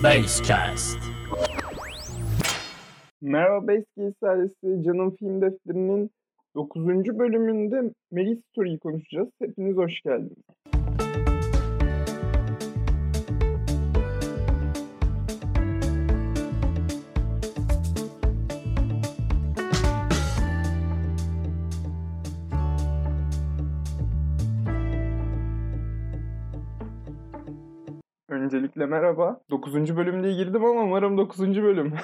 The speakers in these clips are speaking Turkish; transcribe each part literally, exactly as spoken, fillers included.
Basecast. Merhaba Basecast ailesi, Canım Film Defteri'nin dokuzuncu bölümünde Marriage Story'yi konuşacağız. Hepiniz hoş geldiniz. Öncelikle merhaba. dokuzuncu bölüm diye girdim ama umarım dokuzuncu bölüm.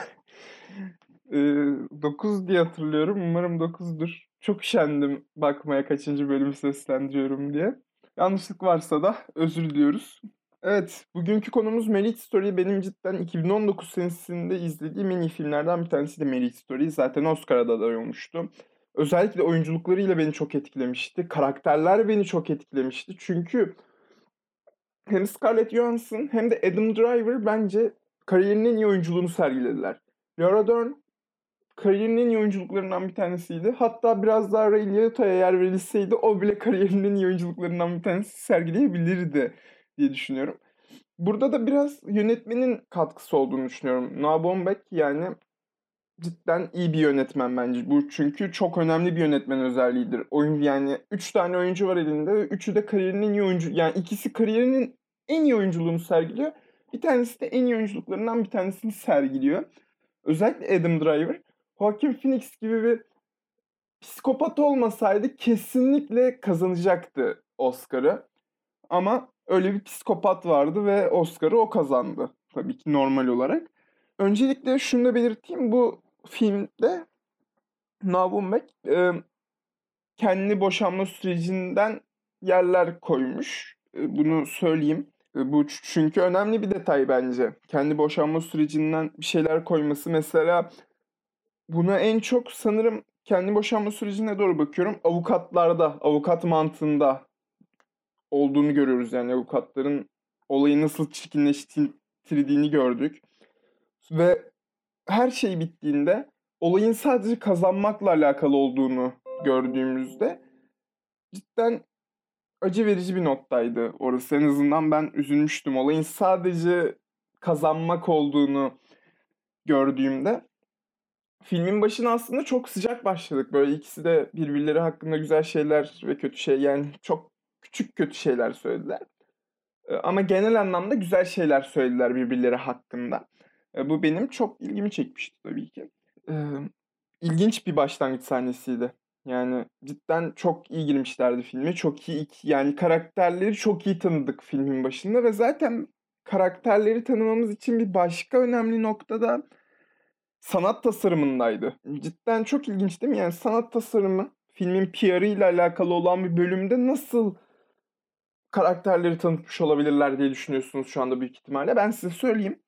dokuz diye hatırlıyorum. Umarım dokuzdur. Çok üşendim bakmaya kaçıncı bölümü seslendiriyorum diye. Yanlışlık varsa da özür diliyoruz. Evet, bugünkü konumuz Marriage Story. Benim cidden iki bin on dokuz senesinde izlediğim en iyi filmlerden bir tanesi de Marriage Story. Zaten Oscar'a da aday olmuştu. Özellikle oyunculuklarıyla beni çok etkilemişti. Karakterler beni çok etkilemişti. Çünkü hem Scarlett Johansson hem de Adam Driver bence kariyerinin en iyi oyunculuğunu sergilediler. Laura Dern kariyerinin en iyi oyunculuklarından bir tanesiydi. Hatta biraz daha Ray Liotta'ya yer verilseydi o bile kariyerinin en iyi oyunculuklarından bir tanesi sergileyebilirdi diye düşünüyorum. Burada da biraz yönetmenin katkısı olduğunu düşünüyorum. Noah Baumbach yani cidden iyi bir yönetmen bence. Bu çünkü çok önemli bir yönetmen özelliğidir. Oyun yani üç tane oyuncu var elinde ve üçü de kariyerinin en iyi oyuncu. Yani ikisi kariyerinin en iyi oyunculuğunu sergiliyor. Bir tanesi de en iyi oyunculuklarından bir tanesini sergiliyor. Özellikle Adam Driver. Joaquin Phoenix gibi bir psikopat olmasaydı kesinlikle kazanacaktı Oscar'ı. Ama öyle bir psikopat vardı ve Oscar'ı o kazandı. Tabii ki normal olarak. Öncelikle şunu da belirteyim. Bu filmde Noah Baumbach e, kendini boşanma sürecinden yerler koymuş. E, bunu söyleyeyim. E, bu çünkü önemli bir detay bence. Kendi boşanma sürecinden bir şeyler koyması. Mesela buna en çok sanırım kendi boşanma sürecine doğru bakıyorum. Avukatlarda, avukat mantığında olduğunu görüyoruz. Yani avukatların olayı nasıl çirkinleştirdiğini gördük. Ve her şey bittiğinde olayın sadece kazanmakla alakalı olduğunu gördüğümüzde cidden acı verici bir noktaydı orası. En azından ben üzülmüştüm. Olayın sadece kazanmak olduğunu gördüğümde. Filmin başına aslında çok sıcak başladık. Böyle ikisi de birbirleri hakkında güzel şeyler ve kötü şey yani çok küçük kötü şeyler söylediler. Ee, Ama genel anlamda güzel şeyler söylediler birbirleri hakkında. Ee, Bu benim çok ilgimi çekmişti tabii ki. Ee, İlginç bir başlangıç sahnesiydi. Yani cidden çok iyi girmişlerdi filme. Çok iyi yani karakterleri çok iyi tanıdık filmin başında ve zaten karakterleri tanımamız için bir başka önemli nokta da sanat tasarımındaydı. Cidden çok ilginç değil mi? Yani sanat tasarımı filmin P R'ı ile alakalı olan bir bölümde nasıl karakterleri tanıtmış olabilirler diye düşünüyorsunuz şu anda büyük ihtimalle. Ben size söyleyeyim.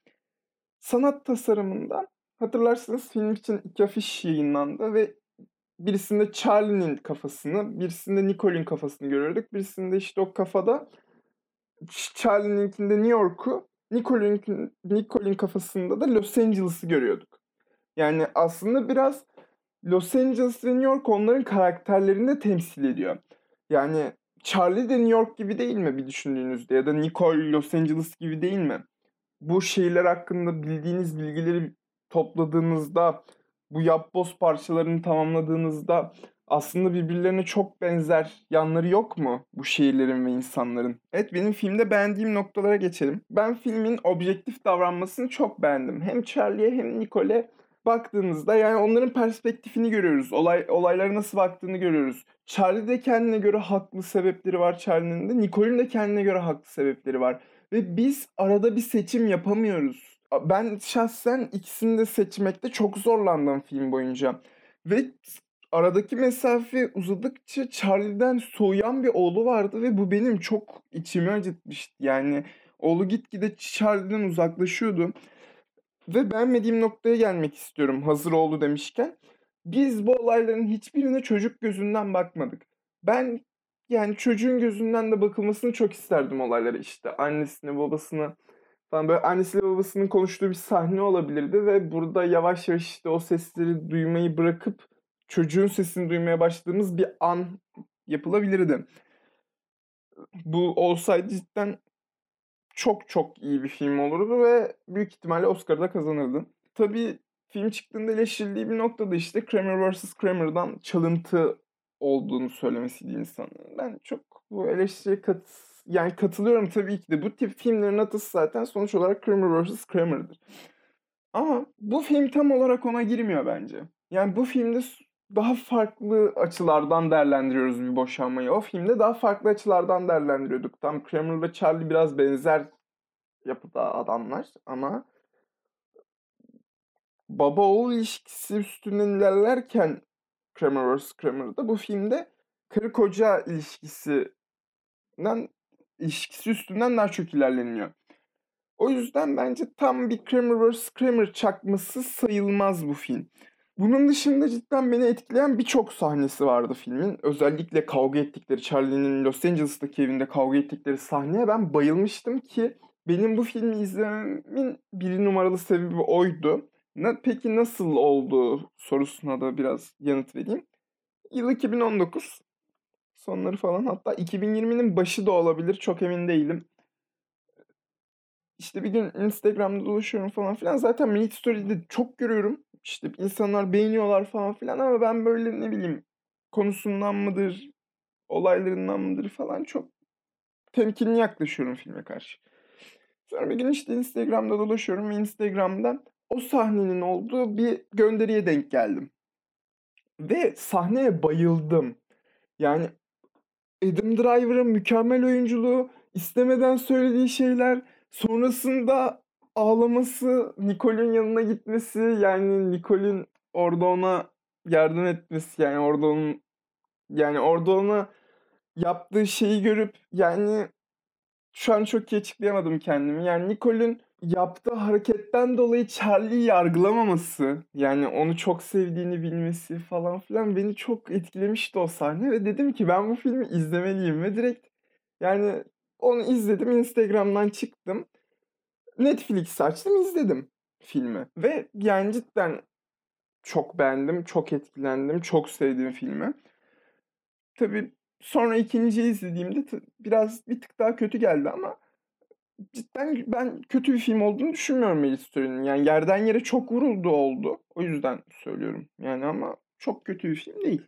Sanat tasarımından hatırlarsınız film için iki afiş yayınlandı ve birisinde Charlie'nin kafasını, birisinde Nicole'in kafasını görüyorduk. Birisinde işte o kafada Charlie'ninkinde New York'u, Nicole'in Nicole'in kafasında da Los Angeles'ı görüyorduk. Yani aslında biraz Los Angeles ve New York onların karakterlerini de temsil ediyor. Yani Charlie de New York gibi değil mi bir düşündüğünüzde ya da Nicole Los Angeles gibi değil mi? Bu şehirler hakkında bildiğiniz bilgileri topladığınızda, bu yapboz parçalarını tamamladığınızda aslında birbirlerine çok benzer yanları yok mu bu şehirlerin ve insanların? Evet, benim filmde beğendiğim noktalara geçelim. Ben filmin objektif davranmasını çok beğendim. Hem Charlie'ye hem Nicole'e baktığınızda yani onların perspektifini görüyoruz. Olay, olaylara nasıl baktığını görüyoruz. Charlie de kendine göre haklı sebepleri var Charlie'nin de. Nicole'in de kendine göre haklı sebepleri var. Ve biz arada bir seçim yapamıyoruz. Ben şahsen ikisini de seçmekte çok zorlandım film boyunca. Ve aradaki mesafe uzadıkça Charlie'den soğuyan bir oğlu vardı ve bu benim çok içimi acıtmıştı. Yani oğlu gitgide Charlie'den uzaklaşıyordu. Ve beğenmediğim noktaya gelmek istiyorum hazır oğlu demişken. Biz bu olayların hiçbirine çocuk gözünden bakmadık. Ben yani çocuğun gözünden de bakılmasını çok isterdim olaylara işte. Annesini, babasını falan böyle annesiyle babasının konuştuğu bir sahne olabilirdi ve burada yavaş yavaş işte o sesleri duymayı bırakıp çocuğun sesini duymaya başladığımız bir an yapılabilirdi. Bu olsaydı cidden çok çok iyi bir film olurdu ve büyük ihtimalle Oscar'ı da kazanırdı. Tabii film çıktığında eleştirildiği bir noktada işte Kramer versus. Kramer'dan çalıntı olduğunu söylemesiydi insanların. Ben çok bu eleştiriye kat, yani katılıyorum tabii ki de. Bu tip filmlerin atısı zaten sonuç olarak Kramer versus. Kramer'dır. Ama bu film tam olarak ona girmiyor bence. Yani bu filmde s- daha farklı açılardan değerlendiriyoruz bir boşanmayı. O filmde daha farklı açılardan değerlendiriyorduk. Tam Kramer ve Charlie biraz benzer yapıda adamlar ama baba oğul ilişkisi üstünden ilerlerken Kramer vs. Kramer'da bu filmde karı koca ilişkisinden ilişkisi üstünden daha çok ilerleniyor. O yüzden bence tam bir Kramer vs. Kramer çakması sayılmaz bu film. Bunun dışında cidden beni etkileyen birçok sahnesi vardı filmin. Özellikle kavga ettikleri, Charlie'nin Los Angeles'taki evinde kavga ettikleri sahneye ben bayılmıştım ki benim bu filmi izlememin bir numaralı sebebi oydu. Na- Peki nasıl oldu sorusuna da biraz yanıt vereyim. Yıl iki bin on dokuz sonları falan, hatta iki bin yirminin başı da olabilir, çok emin değilim. İşte bir gün Instagram'da dolaşıyorum falan filan. Zaten Millet Story'de çok görüyorum. İşte insanlar beğeniyorlar falan filan ama ben böyle ne bileyim konusundan mıdır, olaylarından mıdır falan çok temkinli yaklaşıyorum filme karşı. Sonra bir gün işte Instagram'da dolaşıyorum ve Instagram'dan o sahnenin olduğu bir gönderiye denk geldim. Ve sahneye bayıldım. Yani Adam Driver'ın mükemmel oyunculuğu, istemeden söylediği şeyler, sonrasında ağlaması, Nicole'ün yanına gitmesi, yani Nicole'ün orada ona yardım etmesi, yani orada onun yani orada ona yaptığı şeyi görüp, yani şu an çok iyi açıklayamadım kendimi. Yani Nicole'ün yaptığı hareketten dolayı Charlie'yi yargılamaması, yani onu çok sevdiğini bilmesi falan filan beni çok etkilemişti o sahne ve dedim ki ben bu filmi izlemeliyim ve direkt yani onu izledim, Instagram'dan çıktım. Netflix açtım, izledim filmi ve yani cidden çok beğendim, çok etkilendim, çok sevdiğim filmi. Tabii sonra ikinciyi izlediğimde t- biraz bir tık daha kötü geldi ama cidden ben kötü bir film olduğunu düşünmüyorum Melis Story'nin. Yani yerden yere çok vuruldu oldu. O yüzden söylüyorum. Yani ama çok kötü bir film değil.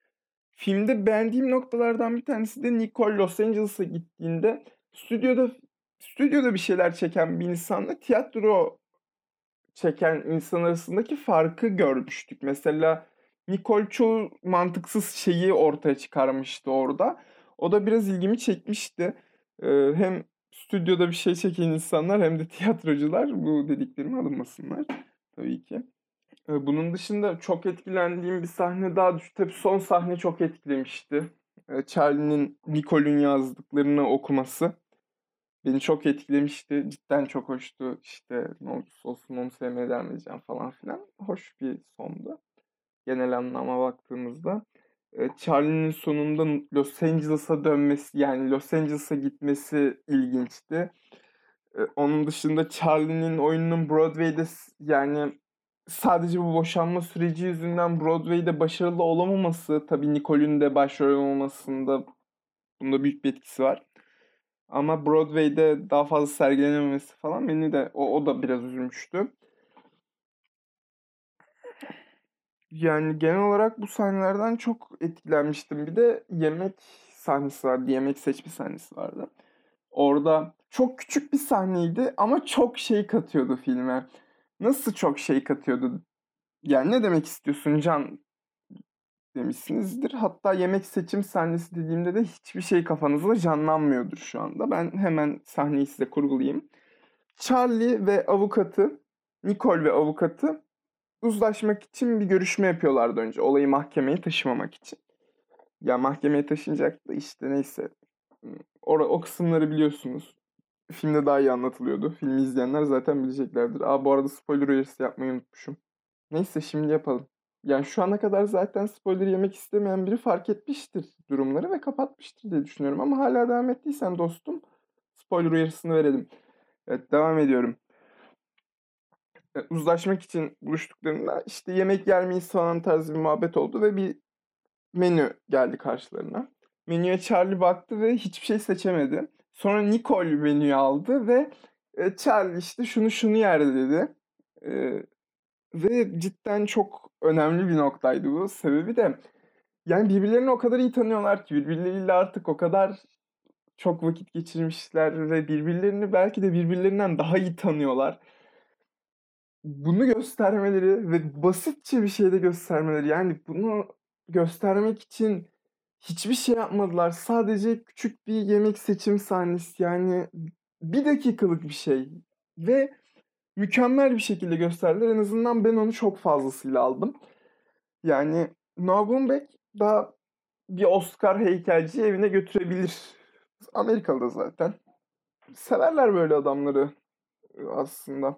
Filmde beğendiğim noktalardan bir tanesi de Nicole Los Angeles'a gittiğinde stüdyoda stüdyoda bir şeyler çeken bir insanla tiyatro çeken insan arasındaki farkı görmüştük. Mesela Nicole çoğu mantıksız şeyi ortaya çıkarmıştı orada. O da biraz ilgimi çekmişti. Ee, hem stüdyoda bir şey çeken insanlar hem de tiyatrocular bu dediklerime alınmasınlar tabii ki. Ee, bunun dışında çok etkilendiğim bir sahne daha düştü. Tabii son sahne çok etkilemişti. Ee, Charlie'nin Nicole'ün yazdıklarını okuması. Beni çok etkilemişti. Cidden çok hoştu. İşte ne olursa olsun onu sevmeye devam edeceğim falan filan. Hoş bir sondu. Genel anlama baktığımızda. Ee, Charlie'nin sonunda Los Angeles'a dönmesi, yani Los Angeles'a gitmesi ilginçti. Ee, onun dışında Charlie'nin oyununun Broadway'de s- yani sadece bu boşanma süreci yüzünden Broadway'de başarılı olamaması, tabii Nicole'ün de başrol olmasında bunda büyük bir etkisi var. Ama Broadway'de daha fazla sergilenememesi falan beni de o, o da biraz üzülmüştü. Yani genel olarak bu sahnelerden çok etkilenmiştim. Bir de yemek sahnesi vardı. Yemek seçme sahnesi vardı. Orada çok küçük bir sahneydi ama çok şey katıyordu filme. Nasıl çok şey katıyordu? Yani ne demek istiyorsun Can demişsinizdir. Hatta yemek seçim sahnesi dediğimde de hiçbir şey kafanızda canlanmıyordur şu anda. Ben hemen sahneyi size kurgulayayım. Charlie ve avukatı, Nicole ve avukatı uzlaşmak için bir görüşme yapıyorlardı önce. Olayı mahkemeye taşımamak için. Ya mahkemeye taşınacaktı işte, neyse. O, o kısımları biliyorsunuz. Filmde daha iyi anlatılıyordu. Filmi izleyenler zaten bileceklerdir. Aa, bu arada spoiler uyarısı yapmayı unutmuşum. Neyse şimdi yapalım. Yani şu ana kadar zaten spoiler yemek istemeyen biri fark etmiştir durumları ve kapatmıştır diye düşünüyorum. Ama hala devam ettiysen dostum, spoiler uyarısını verelim. Evet, devam ediyorum. E, uzlaşmak için buluştuklarında işte yemek yer miyiz falan tarzı bir muhabbet oldu ve bir menü geldi karşılarına. Menüye Charlie baktı ve hiçbir şey seçemedi. Sonra Nicole menüyü aldı ve e, Charlie işte şunu şunu yer dedi. E, Ve cidden çok önemli bir noktaydı bu. Sebebi de yani birbirlerini o kadar iyi tanıyorlar ki birbirleriyle artık o kadar çok vakit geçirmişler ve birbirlerini belki de birbirlerinden daha iyi tanıyorlar. Bunu göstermeleri ve basitçe bir şey de göstermeleri, yani bunu göstermek için hiçbir şey yapmadılar. Sadece küçük bir yemek seçim sahnesi, yani bir dakikalık bir şey ve mükemmel bir şekilde gösterdiler. En azından ben onu çok fazlasıyla aldım. Yani Noah Baumbach daha bir Oscar heykelci evine götürebilir. Amerikalı'da zaten. Severler böyle adamları aslında.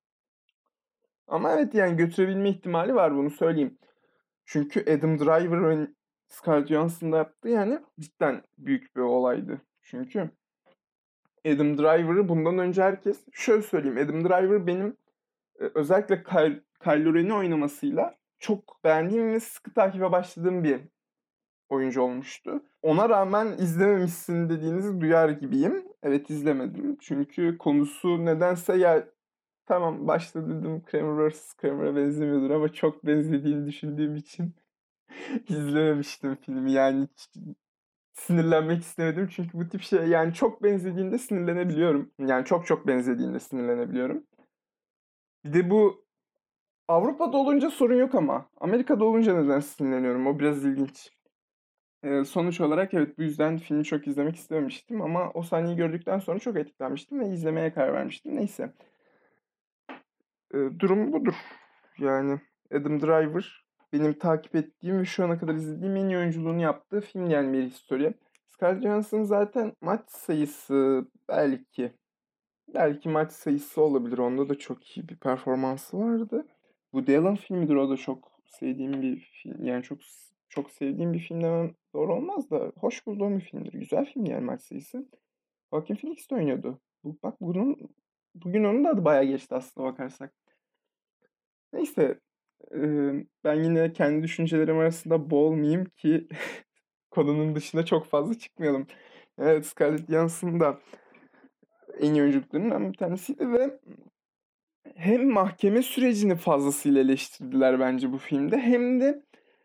Ama evet, yani götürebilme ihtimali var, bunu söyleyeyim. Çünkü Adam Driver ve Scarlett Johansson da yaptı, yani cidden büyük bir olaydı. Çünkü Adam Driver'ı bundan önce herkes, şöyle söyleyeyim, Adam Driver benim e, özellikle Kylo, Kylo Ren'i oynamasıyla çok beğendiğim ve sıkı takibe başladığım bir oyuncu olmuştu. Ona rağmen izlememişsin dediğinizi duyar gibiyim. Evet, izlemedim. Çünkü konusu nedense, ya tamam, başta dedim Kramer vs. Kramer'a benzemiyordur ama çok benzediğini düşündüğüm için izlememiştim filmi. Yani hiç sinirlenmek istemedim çünkü bu tip şey, yani çok benzediğinde sinirlenebiliyorum. Yani çok çok benzediğinde sinirlenebiliyorum. Bir de bu Avrupa'da olunca sorun yok ama Amerika'da olunca neden sinirleniyorum? O biraz ilginç. Ee, sonuç olarak evet, bu yüzden filmi çok izlemek istememiştim ama o sahneyi gördükten sonra çok etkilenmiştim ve izlemeye karar vermiştim. Neyse. Ee, durum budur. Yani Adam Driver benim takip ettiğim ve şu ana kadar izlediğim en iyi oyunculuğunu yaptığı film, yani Marriage Story. Scarlett Johansson zaten maç sayısı belki belki maç sayısı olabilir. Onda da çok iyi bir performansı vardı. Woody Allen filmidir, o da çok sevdiğim bir film. Yani çok çok sevdiğim bir film demem doğru olmaz da hoş bulduğum bir filmdir. Güzel film yani maç sayısı. Joaquin Phoenix de oynuyordu. Bu, bak bunun bugün onun da adı bayağı geçti aslında bakarsak. Neyse, eee, ben yine kendi düşüncelerim arasında boğulmayayım ki konunun dışına çok fazla çıkmayalım. Evet, Scarlett Johansson da en iyi oyunculuklarından bir tanesiydi ve hem mahkeme sürecini fazlasıyla eleştirdiler bence bu filmde, hem de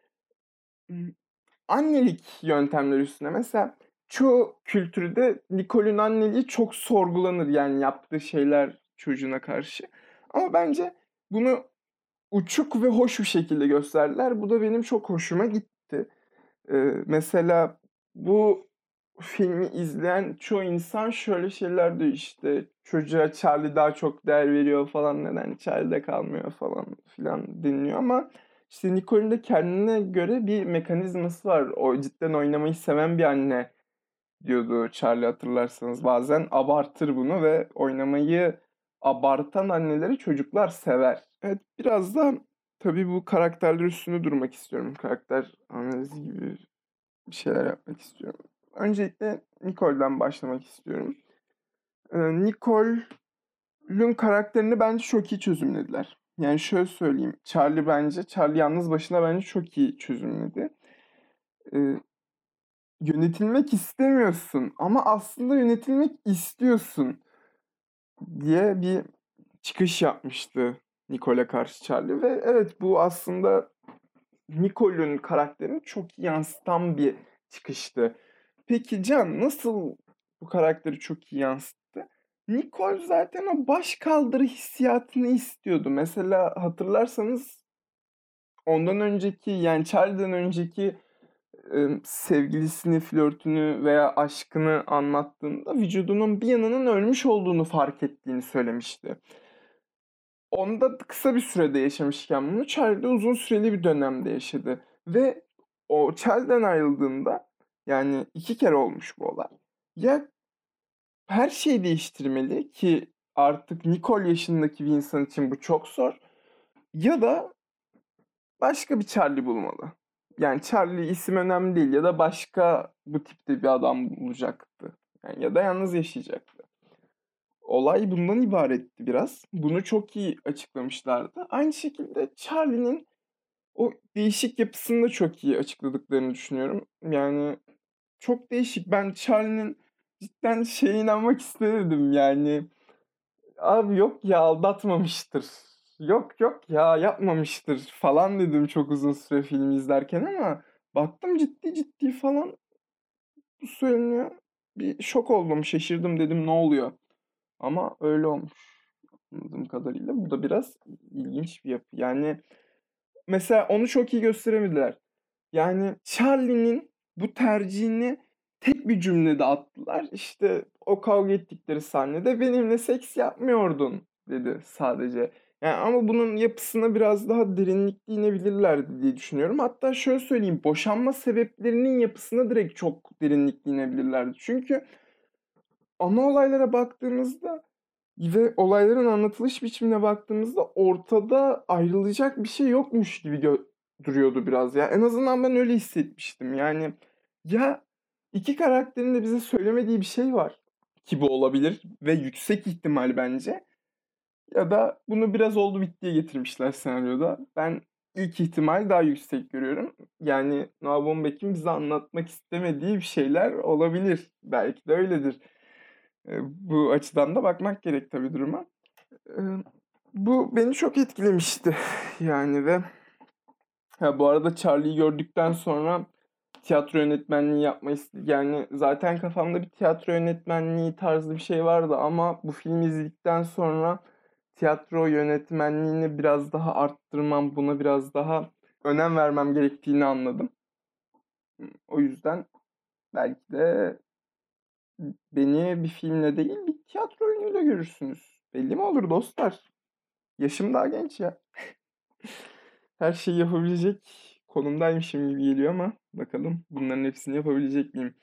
ım, annelik yöntemleri üstüne. Mesela çoğu kültürde Nicole'ün anneliği çok sorgulanır, yani yaptığı şeyler çocuğuna karşı. Ama bence bunu uçuk ve hoş bir şekilde gösterdiler. Bu da benim çok hoşuma gitti. Ee, mesela bu filmi izleyen çoğu insan şöyle şeyler diyor, işte çocuğa Charlie daha çok değer veriyor falan, neden Charlie'de kalmıyor falan filan deniliyor ama işte Nicole'in de kendine göre bir mekanizması var. O cidden oynamayı seven bir anne diyordu Charlie, hatırlarsanız. Bazen abartır bunu ve oynamayı abartan anneleri çocuklar sever. Evet, biraz da tabii bu karakterler üstünde durmak istiyorum. Karakter analizi gibi bir şeyler yapmak istiyorum. Öncelikle Nicole'den başlamak istiyorum. Ee, Nicole'ün karakterini bence çok iyi çözümlediler. Yani şöyle söyleyeyim. Charlie bence, Charlie yalnız başına bence çok iyi çözümledi. Ee, Yönetilmek istemiyorsun ama aslında yönetilmek istiyorsun diye bir çıkış yapmıştı Nicole'e karşı Charlie ve evet, bu aslında Nicole'ün karakterini çok iyi yansıtan bir çıkıştı. Peki Can nasıl bu karakteri çok iyi yansıttı? Nicole zaten o başkaldırı hissiyatını istiyordu. Mesela hatırlarsanız ondan önceki, yani Charlie'den önceki e, sevgilisini, flörtünü veya aşkını anlattığında vücudunun bir yanının ölmüş olduğunu fark ettiğini söylemişti. Onda kısa bir sürede yaşamışken bunu Charlie de uzun süreli bir dönemde yaşadı. Ve o Charlie'den ayrıldığında, yani iki kere olmuş bu olay. Ya her şeyi değiştirmeli ki artık Nicole yaşındaki bir insan için bu çok zor. Ya da başka bir Charlie bulmalı. Yani Charlie isim önemli değil, ya da başka bu tipte bir adam bulacaktı. Yani ya da yalnız yaşayacaktı. Olay bundan ibaretti biraz. Bunu çok iyi açıklamışlardı. Aynı şekilde Charlie'nin o değişik yapısını da çok iyi açıkladıklarını düşünüyorum. Yani çok değişik. Ben Charlie'nin cidden şeye inanmak istemedim yani. Abi yok ya aldatmamıştır. Yok yok ya yapmamıştır falan dedim çok uzun süre filmi izlerken ama baktım ciddi ciddi falan bu söyleniyor. Bir şok oldum, şaşırdım dedim ne oluyor? Ama öyle olmuş anladığım kadarıyla. Bu da biraz ilginç bir yapı. Yani mesela onu çok iyi gösteremediler. Yani Charlie'nin bu tercihini tek bir cümlede attılar. İşte o kavga ettikleri sahnede benimle seks yapmıyordun dedi sadece. Yani ama bunun yapısına biraz daha derinlikli inebilirlerdi diye düşünüyorum. Hatta şöyle söyleyeyim, boşanma sebeplerinin yapısına direkt çok derinlikli inebilirlerdi. Çünkü ana olaylara baktığımızda ve olayların anlatılış biçimine baktığımızda ortada ayrılacak bir şey yokmuş gibi gö- duruyordu biraz ya. En azından ben öyle hissetmiştim. Yani ya iki karakterin de bize söylemediği bir şey var ki bu olabilir ve yüksek ihtimal bence. Ya da bunu biraz oldu bittiye getirmişler senaryoda. Ben ilk ihtimal daha yüksek görüyorum. Yani Noah Baumbach'in bize anlatmak istemediği bir şeyler olabilir. Belki de öyledir. E, bu açıdan da bakmak gerek tabii duruma. E, bu beni çok etkilemişti yani ve ha, bu arada Charlie'yi gördükten sonra tiyatro yönetmenliği yapmayı iste- yani zaten kafamda bir tiyatro yönetmenliği tarzı bir şey vardı ama bu filmi izledikten sonra tiyatro yönetmenliğini biraz daha arttırmam, buna biraz daha önem vermem gerektiğini anladım. O yüzden belki de beni bir filmle değil bir tiyatro oyunuyla görürsünüz. Belli mi olur dostlar? Yaşım daha genç ya. Her şeyi yapabilecek konumdaymışım gibi geliyor ama bakalım bunların hepsini yapabilecek miyim?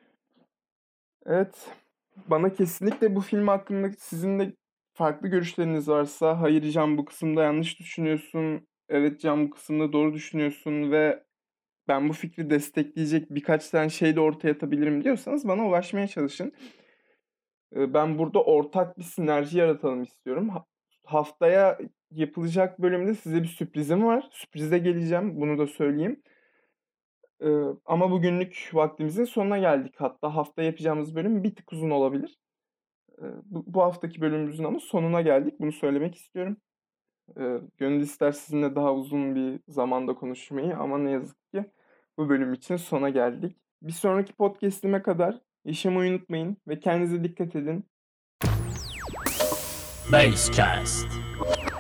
Evet. Bana kesinlikle bu film hakkında sizin de farklı görüşleriniz varsa, hayır Can bu kısımda yanlış düşünüyorsun, evet Can bu kısımda doğru düşünüyorsun ve ben bu fikri destekleyecek birkaç tane şey de ortaya atabilirim diyorsanız bana ulaşmaya çalışın. Ee, Ben burada ortak bir sinerji yaratalım istiyorum. Ha- Haftaya yapılacak bölümde size bir sürprizim var. Sürprize geleceğim, bunu da söyleyeyim. Ee, ama bugünlük vaktimizin sonuna geldik. Hatta hafta yapacağımız bölüm bir tık uzun olabilir. Ee, bu, bu haftaki bölümümüzün ama sonuna geldik. Bunu söylemek istiyorum. Ee, gönül ister sizinle daha uzun bir zamanda konuşmayı ama ne yazık ki bu bölüm için sona geldik. Bir sonraki podcast'ime kadar yaşamayı unutmayın ve kendinize dikkat edin. Basecast.